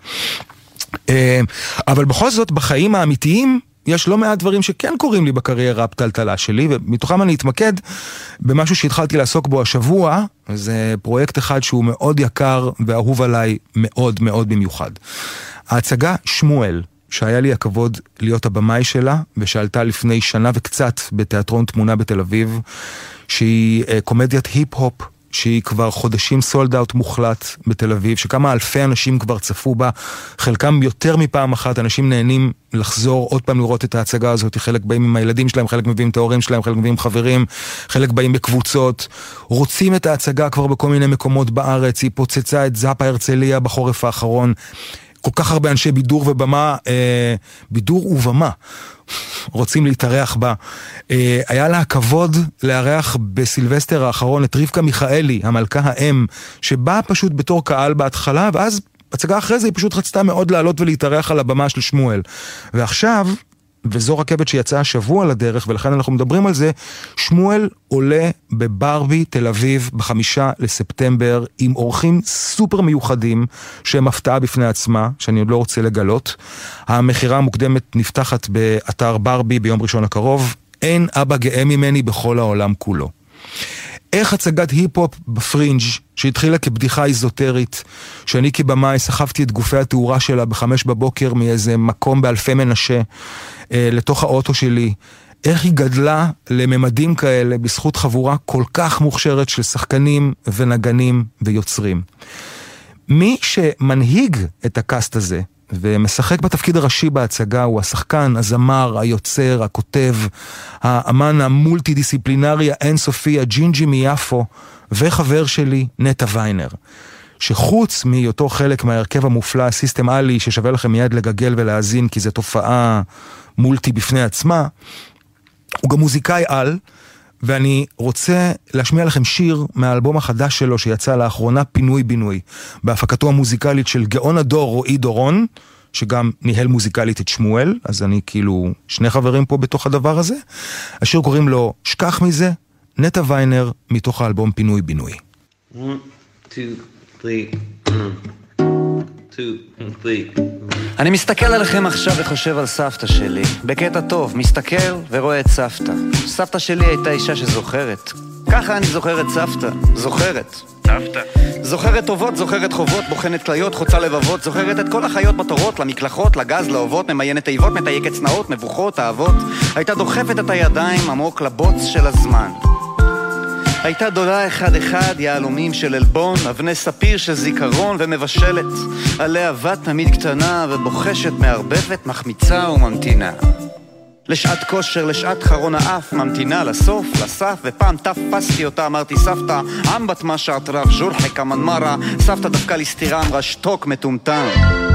אבל בכל זאת, בחיים האמיתיים, יש לא מעט דברים שכן קורים לי בקריירה הפטלטלה שלי, ומתוכם אני אתמקד במשהו שהתחלתי לעסוק בו השבוע. זה פרויקט אחד שהוא מאוד יקר ואהוב עליי מאוד מאוד במיוחד. ההצגה שמואל, שהיה לי הכבוד להיות הבמאי שלה, ושעלתה לפני שנה וקצת בתיאטרון תמונה בתל אביב, שהיא קומדיית היפ-הופ, שהיא כבר חודשים סולד אאוט מוחלט בתל אביב, שכמה אלפי אנשים כבר צפו בה, חלקם יותר מפעם אחת, אנשים נהנים לחזור עוד פעם לראות את ההצגה הזאת, חלק באים עם הילדים שלהם, חלק מביאים את ההורים שלהם, חלק מביאים חברים, חלק באים בקבוצות, רוצים את ההצגה כבר בכל מיני מקומות בארץ, היא פוצצה את זאפה הרצליה בחורף האחרון, כל כך הרבה אנשי בידור ובמה, בידור ובמה, רוצים להתארח בה. היה לה הכבוד לארח בסילבסטר האחרון את רבקה מיכאלי, המלכה האם, שבאה פשוט בתור קהל בהתחלה, ואז הצגה אחרי זה היא פשוט רצתה מאוד לעלות ולהתארח על הבמה של שמואל. ועכשיו, וזו רכבת שיצאה השבוע לדרך, ולכן אנחנו מדברים על זה, שמואל עולה בברבי תל אביב ב5 לספטמבר, עם אורחים סופר מיוחדים, שהם הפתעה בפני עצמה, שאני עוד לא רוצה לגלות. המחירה המוקדמת נפתחת באתר ברבי ביום ראשון הקרוב, אין אבא גאה ממני בכל העולם כולו. איך הצגת היפ-הופ בפרינג' שהתחילה כבדיחה איזוטרית, שאני כבמאי סחבתי את גופי התאורה שלה ב5 בבוקר מאיזה מקום באלפי מנשה לתוך האוטו שלי, איך היא גדלה לממדים כאלה בזכות חבורה כל כך מוכשרת של שחקנים ונגנים ויוצרים. מי שמנהיג את הקאסט הזה ומשחק בתפקיד הראשי בהצגה, הוא השחקן, הזמר, היוצר, הכותב, האמן המולטי-דיסציפלינרי האינסופי, הג'ינג'י מיפו, וחבר שלי, נטע ויינר, שחוץ מאותו חלק מהרכב המופלא, סיסטם אלי, ששווה לכם מיד לגגל ולהאזין, כי זו תופעה מולטי בפני עצמה, הוא גם מוזיקאי על, ואני רוצה להשמיע לכם שיר מהאלבום החדש שלו, שיצא לאחרונה, פינוי בינוי, בהפקתו המוזיקלית של גאון הדור, רועי דורון, שגם ניהל מוזיקלית את שמואל, אז אני כאילו שני חברים פה בתוך הדבר הזה. השיר קוראים לו שכח מזה, נטע ויינר, מתוך האלבום פינוי בינוי. 1, 2, 3. אני מסתכל עליכם עכשיו וחושב על סבתא שלי, בקטע טוב, מסתכל ורואה את סבתא. סבתא שלי הייתה אישה שזוכרת, ככה אני זוכר את סבתא, זוכרת. סבתא. זוכרת טובות, זוכרת חובות, בוחנת כליות, חוצה לבבות, זוכרת את כל החיות בתורות, למקלחות, לגז, לאהובות, ממיינת תיבות, מתייקת צנעות, מבוכות, אהבות. הייתה דוחפת את הידיים עמוק לבוץ של הזמן. הייתה דולה אחד יעלומים של אלבון, אבני ספיר של זיכרון ומבשלת, עליה בת תמיד קטנה ובוחשת מערבבת, מחמיצה וממתינה. לשעת כושר, לשעת חרון האף, ממתינה לסוף, לסף, ופעם תפסתי אותה, אמרתי סבתא, עמבת מה שעת רב, ז'ורחי כמנמרה, סבתא דווקא לי סתירה, אמרה שתוק מטומטם.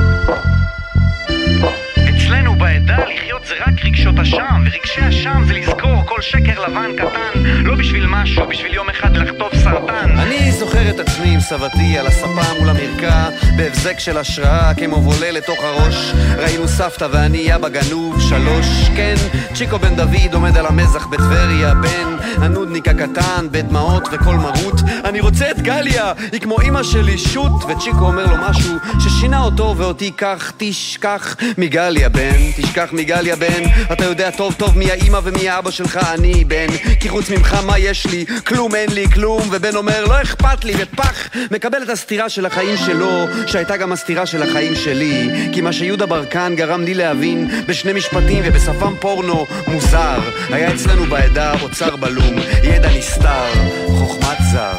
אצלנו בעדה לחיות זה רק רגשות השם, ורגשי השם זה לזכור כל שקר לבן קטן, לא בשביל משהו, בשביל יום אחד לחטוף סרטן. אני זוכר את עצמי עם סבתי על הספה מול המרקע, בהבזק של השראה כמו בולה לתוך הראש. ראינו סבתא ואני אבא גנוב 3, כן, צ'יקו בן דוד עומד על המזח בטבריה, בן הנודניק הקטן בדמעות וכל מרות, אני רוצה את גליה, היא כמו אמא שלי שוט, וצ'יקו אומר לו משהו ששינה אותו ואותי, כך תשכח מגליה בן, תשכח מגליה בן, אתה יודע טוב טוב מי האמא ומי האבא שלך, אני בן, כי חוץ ממך מה יש לי? כלום, אין לי כלום. ובן אומר לא אכפת לי, ופח מקבל את הסתירה של החיים שלו, שהייתה גם הסתירה של החיים שלי, כי מה שיהודה ברקן גרם לי להבין בשני משפטים ובשפם פורנו מוזר, היה אצלנו בעדה אוצר בלום, ידע נסתר, חוכמת זר.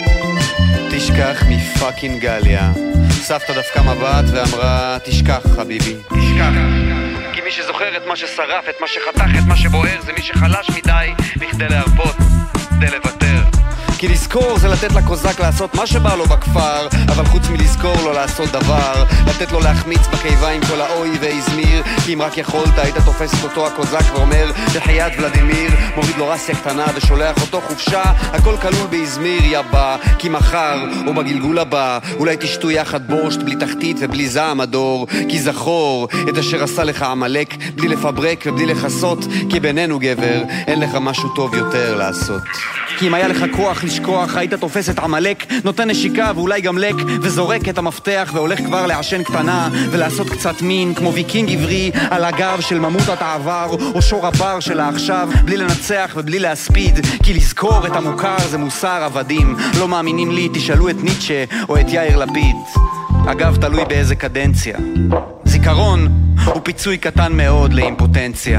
תשכח מפאקינג גליה. סבתא דווקא מבט ואמרה תשכח חביבי, תשכח, כי מי שזוכר את מה ששרף, את מה שחתך, את מה שבוער, זה מי שחלש מדי בכדי להרפות, כדי לוותר. כי לזכור זה לתת לקוזק לעשות מה שבא לו בכפר, אבל חוץ מלזכור לא לעשות דבר, לתת לו להחמיץ בקיבה עם כל האוי והזמיר, כי אם רק יכולת היית תופס את אותו הקוזק ואומר לחיית ולדימיר, מוריד לו רסיה קטנה ושולח אותו חופשה, הכל כלול בהזמיר יבא, כי מחר או בגלגול הבא אולי תשתו יחד בורשט בלי תחתית ובלי זעם הדור, כי זכור את אשר עשה לך עמלק בלי לפברק ובלי לחסות, כי בינינו גבר אין לך משהו טוב יותר לעשות. כי אם היה לך כוח לשכוח, היית תופס את עמלק, נותן נשיקה ואולי גם לק, וזורק את המפתח והולך כבר לעשן קטנה ולעשות קצת מין כמו ויקינג עברי על הגב של ממוטת העבר או שור הבר של העכשיו, בלי לנצח ובלי להספיד, כי לזכור את המוכר זה מוסר עבדים. לא מאמינים לי, תשאלו את ניטשה או את יאיר לפיד. אגב, תלוי באיזה קדנציה. זיכרון הוא פיצוי קטן מאוד לאימפוטנציה.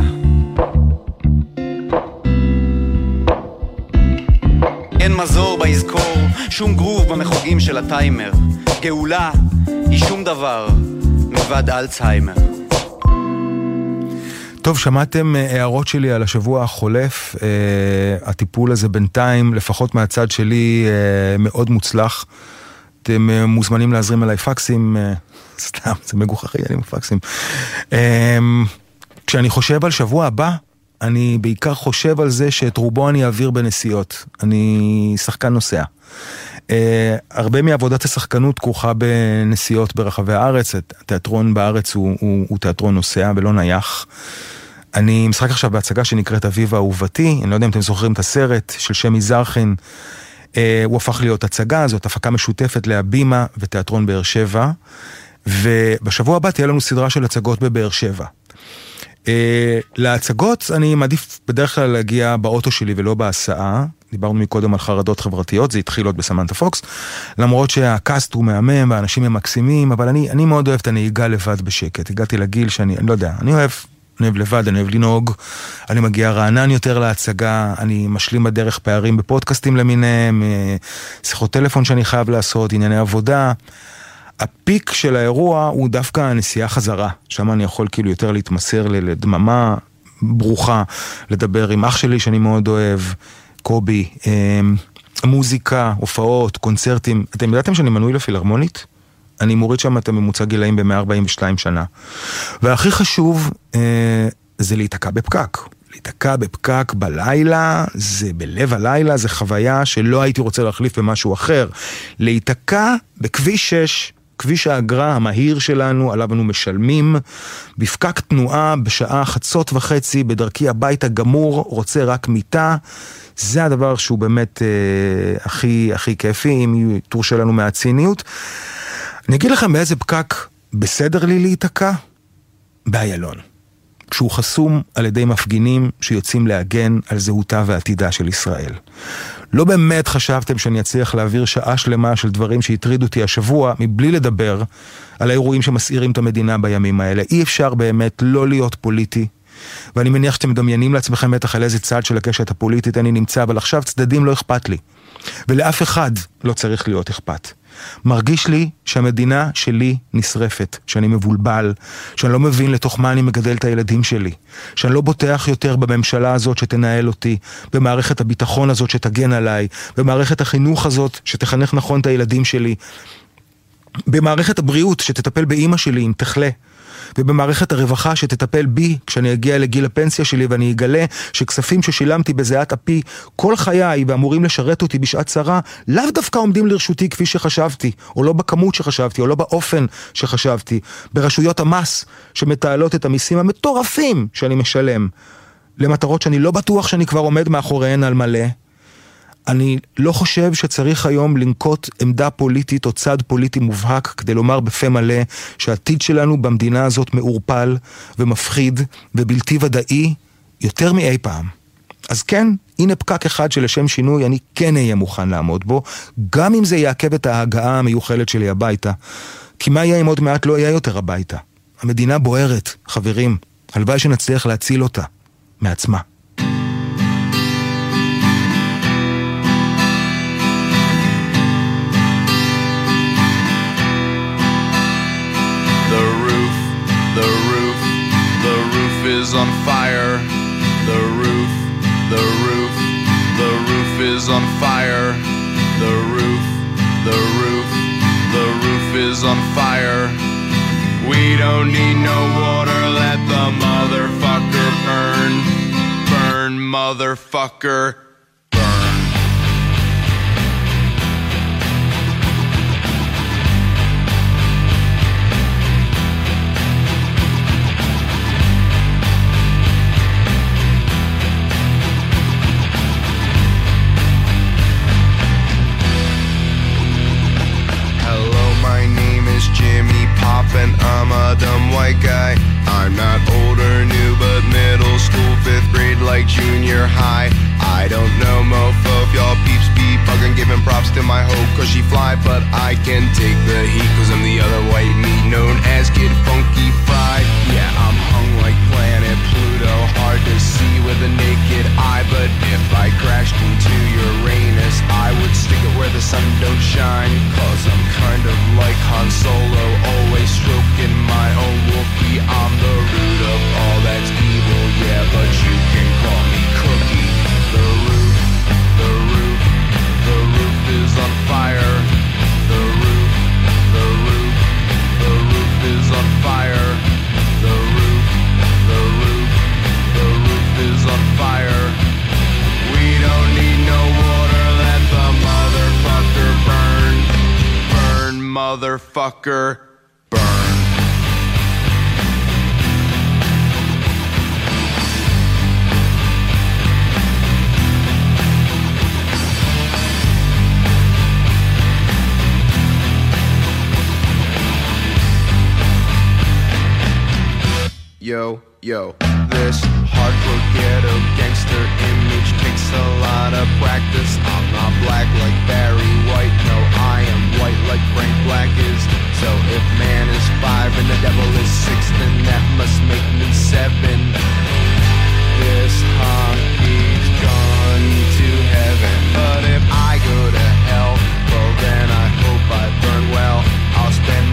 אין מזור בהזכור, שום גרוב במחוגים של הטיימר. גאולה היא שום דבר מלבד אלצהיימר. טוב, שמעתם הערות שלי על השבוע החולף. הטיפול הזה בינתיים, לפחות מהצד שלי, מאוד מוצלח. אתם מוזמנים להזרים אליי פקסים, סתם, זה מגוחך לי עם הפקסים. כשאני חושב על שבוע הבא, אני בעיקר חושב על זה שאת רובו אני אעביר בנסיעות. אני שחקן נוסע. הרבה מעבודת השחקנות כרוכה בנסיעות ברחבי הארץ. התיאטרון בארץ הוא תיאטרון נוסע ולא נייח. אני משחק עכשיו בהצגה שנקראת אביב האהובתי. אני לא יודע אם אתם זוכרים את הסרט של שמי זרחין. הוא הפך להיות הצגה, זאת הפקה משותפת להבימה ותיאטרון באר שבע. ובשבוע הבא תהיה לנו סדרה של הצגות בבאר שבע. להצגות אני מעדיף בדרך כלל להגיע באוטו שלי ולא בהסעה. דיברנו מקודם על חרדות חברתיות, זה התחיל עוד בסמנטה פוקס, למרות שהקאסט הוא מהמם והאנשים הם מקסימים, אבל אני מאוד אוהב את הנהיגה לבד בשקט. הגעתי לגיל שאני לא יודע, אני אוהב לבד, אני אוהב לנהוג, אני מגיע רענן יותר להצגה, אני משלים בדרך פערים בפודקאסטים למיניהם, שיחות טלפון שאני חייב לעשות, ענייני עבודה. הפיק של האירוע הוא דווקא הנסיעה חזרה, שם אני יכול כאילו יותר להתמסר לדממה ברוכה, לדבר עם אח שלי שאני מאוד אוהב, קובי, מוזיקה, הופעות, קונצרטים. אתם ידעתם שאני מנוי לפילהרמונית? אני מוריד שם את הממוצע גילאים ב-142 שנה. והכי חשוב זה להתעקע בפקק. להתעקע בפקק בלילה, זה בלב הלילה, זה חוויה שלא הייתי רוצה להחליף במשהו אחר. להתעקע בכביש 6, כביש האגרה המהיר שלנו, עליו אנו משלמים, בפקק תנועה בשעה 1:30, בדרכי הביתה גמור, רוצה רק מיטה, זה הדבר שהוא באמת הכי כיפי, אם תורשה לנו מהציניות. אני אגיד לכם באיזה פקק בסדר לי להתעקע? באיילון. שהוא חסום על ידי מפגינים שיוצאים להגן על זהותה ועתידה של ישראל. לא באמת חשבתם שאני אצליח להעביר שעה שלמה של דברים שהטרידו אותי השבוע, מבלי לדבר על האירועים שמסעירים את המדינה בימים האלה. אי אפשר באמת לא להיות פוליטי, ואני מניח שאתם מדמיינים לעצמכם בטח על איזה צד של הקשת הפוליטית אני נמצא, אבל עכשיו צדדים לא אכפת לי. ולאף אחד לא צריך להיות אכפת. מרגיש לי שהמדינה שלי נשרפת, שאני מבולבל, שאני לא מבין לתוך מה אני מגדל את הילדים שלי, שאני לא בוטח יותר בממשלה הזאת שתנהל אותי, במערכת הביטחון הזאת שתגן עליי, במערכת החינוך הזאת שתחנך נכון את הילדים שלי, במערכת הבריאות שתטפל באמא שלי אם תחלה, ובמערכת הרווחה שתטפל בי כשאני אגיע לגיל הפנסיה שלי ואני אגלה שכספים ששילמתי בזיעת אפי כל חיי ואמורים לשרת אותי בשעת צרה לאו דווקא עומדים לרשותי כפי שחשבתי, או לא בכמות שחשבתי, או לא באופן שחשבתי, ברשויות המס שמתעלות את המיסים המטורפים שאני משלם למטרות שאני לא בטוח שאני כבר עומד מאחוריהן על מלא. אני לא חושב שצריך היום לנקוט עמדה פוליטית או צד פוליטי מובהק כדי לומר בפה מלא שהעתיד שלנו במדינה הזאת מעורפל ומפחיד ובלתי ודאי יותר מאי פעם. אז כן, הנה פקק אחד שלשם שינוי אני כן אהיה מוכן לעמוד בו, גם אם זה יעכב את ההגעה המיוחלת שלי הביתה. כי מה יהיה אם עוד מעט לא יהיה יותר הביתה? המדינה בוערת, חברים, הלוואי שנצליח להציל אותה מעצמה. Is on fire. The roof is on fire. The roof is on fire. We don't need no water, let the motherfucker burn. Burn, motherfucker. And I'm a dumb white guy. I'm not old or new, but middle school, 5th grade, like junior high. I don't know, mofo, if y'all peeps be bugging, giving props to my hoe, cause she fly, but I can take the heat, cause I'm the other white meat, known as Kid Funky Fried. Yeah, I'm hung like planet Pluto, hard to see with a naked eye, but if I crashed into Uranus, I would stick it where the sun don't shine, cause I'm kind of like Han Solo, always stroking my own Wookiee. I'm the root of all that's evil, yeah, but you can call me Cookie. The roof is on fire. The roof is on fire. The roof is on fire. We don't need no water, let the motherfucker burn. Burn, motherfucker. Yo, this hardcore ghetto gangster image takes a lot of practice. I'm not black like Barry White, no, I am white like Frank Black is. So if man is 5 and the devil is 6, then that must make me 7. This honkey's gone to heaven, but if I go to hell, well then I hope I burn well. I'll spend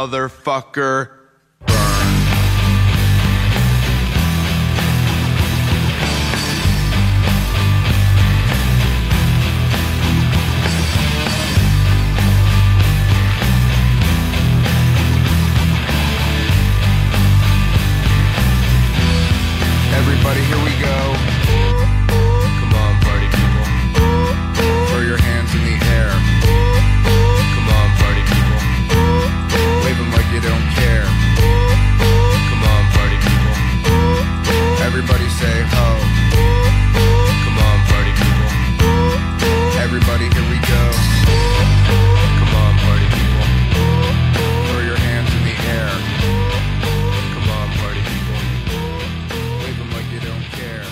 motherfucker. Everybody, here we go. Come on, party people. Throw your hands in the air. Come on, party people. Wave them like you don't care. Come on, party people. Everybody say ho. Come on, party people. Everybody, here we go. Come on, party people. Throw your hands in the air. Come on, party people. Wave them like you don't care.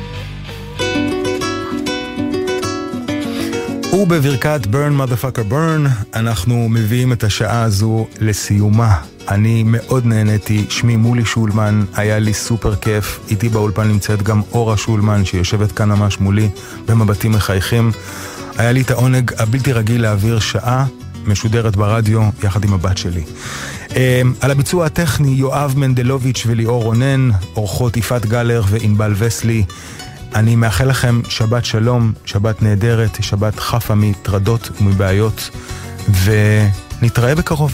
ובברכת Burn Motherfucker Burn אנחנו מביאים את השעה הזו לסיומה. אני מאוד נהניתי, שמי מולי שולמן, היה לי סופר כיף. איתי באולפן נמצאת גם אורה שולמן שיושבת כאן ממש מולי במבטים מחייכים. היה לי את העונג הבלתי רגיל להעביר שעה משודרת ברדיו יחד עם הבת שלי. על הביצוע הטכני יואב מנדלוביץ' וליאור רונן, אורחות יפעת גלר ואינבל וסלי. אני מאחל לכם שבת שלום, שבת נהדרת, שבת חפה מטרדות ומבעיות, ונתראה בקרוב.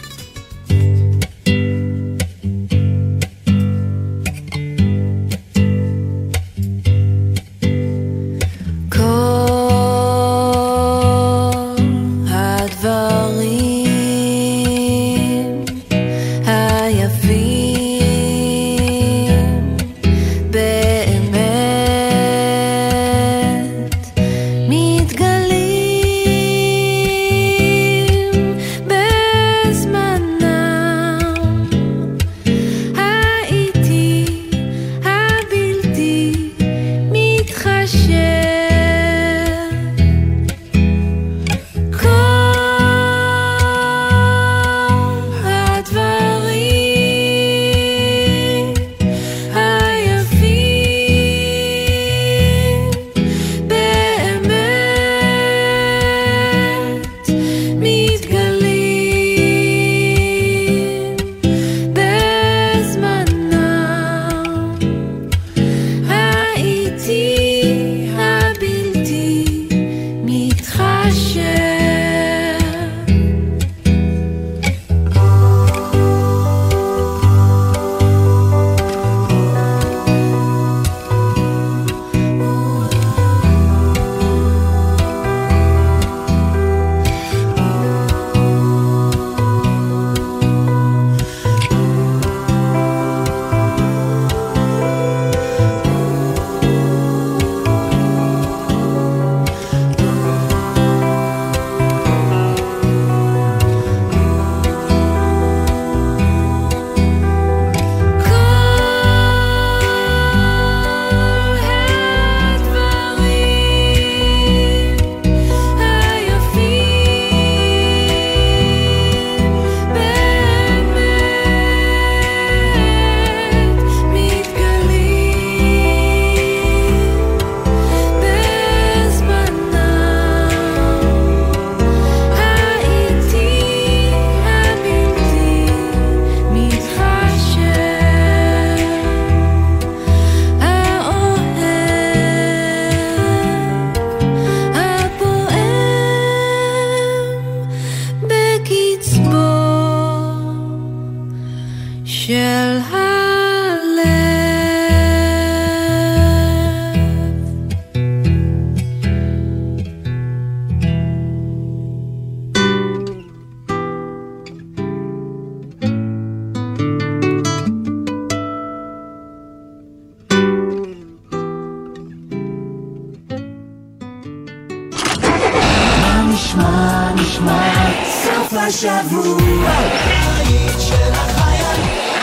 נשמע סוף השבוע היית של החייל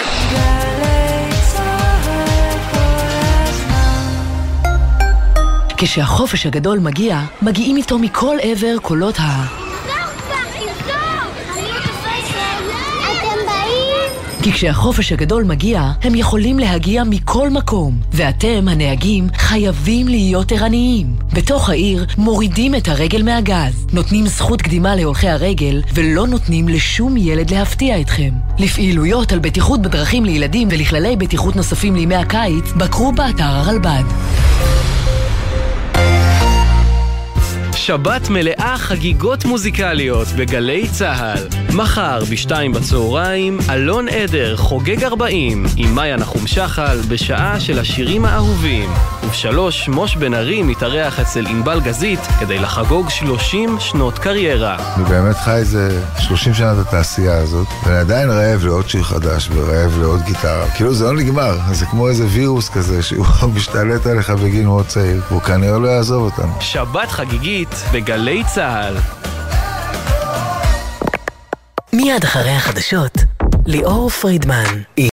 גלי צהל כל הזמן. כשהחופש הגדול מגיע, מגיעים איתו מכל עבר קולות כי כשהחופש הגדול מגיע, הם יכולים להגיע מכל מקום, ואתם, הנהגים, חייבים להיות ערניים. בתוך העיר מורידים את הרגל מהגז, נותנים זכות קדימה להולכי הרגל, ולא נותנים לשום ילד להפתיע אתכם. לפעילויות על בטיחות בדרכים לילדים ולכללי בטיחות נוספים לימי הקיץ, בקרו באתר הרלב"ד. שבת מלאה חגיגות מוזיקליות בגלי צהל. מחר ב14:00 אלון עדר חוגג 40 עם מאיה נחום שחל בשעה של השירים האהובים. וב3 מוש בן ארי מתארח אצל ענבל גזית כדי לחגוג 30 שנות קריירה. אני באמת חי איזה 30 שנה את התעשייה הזאת, ואני עדיין רעב לעוד שיר חדש ורעב לעוד גיטרה. כאילו זה לא נגמר, זה כמו איזה וירוס כזה שהוא משתלט עליך בגיל מאוד צעיר, והוא כנראה לא יעזוב אותנו. שבת חגיגית בגלי צהל. מיד אחרי החדשות, ליאור פרידמן.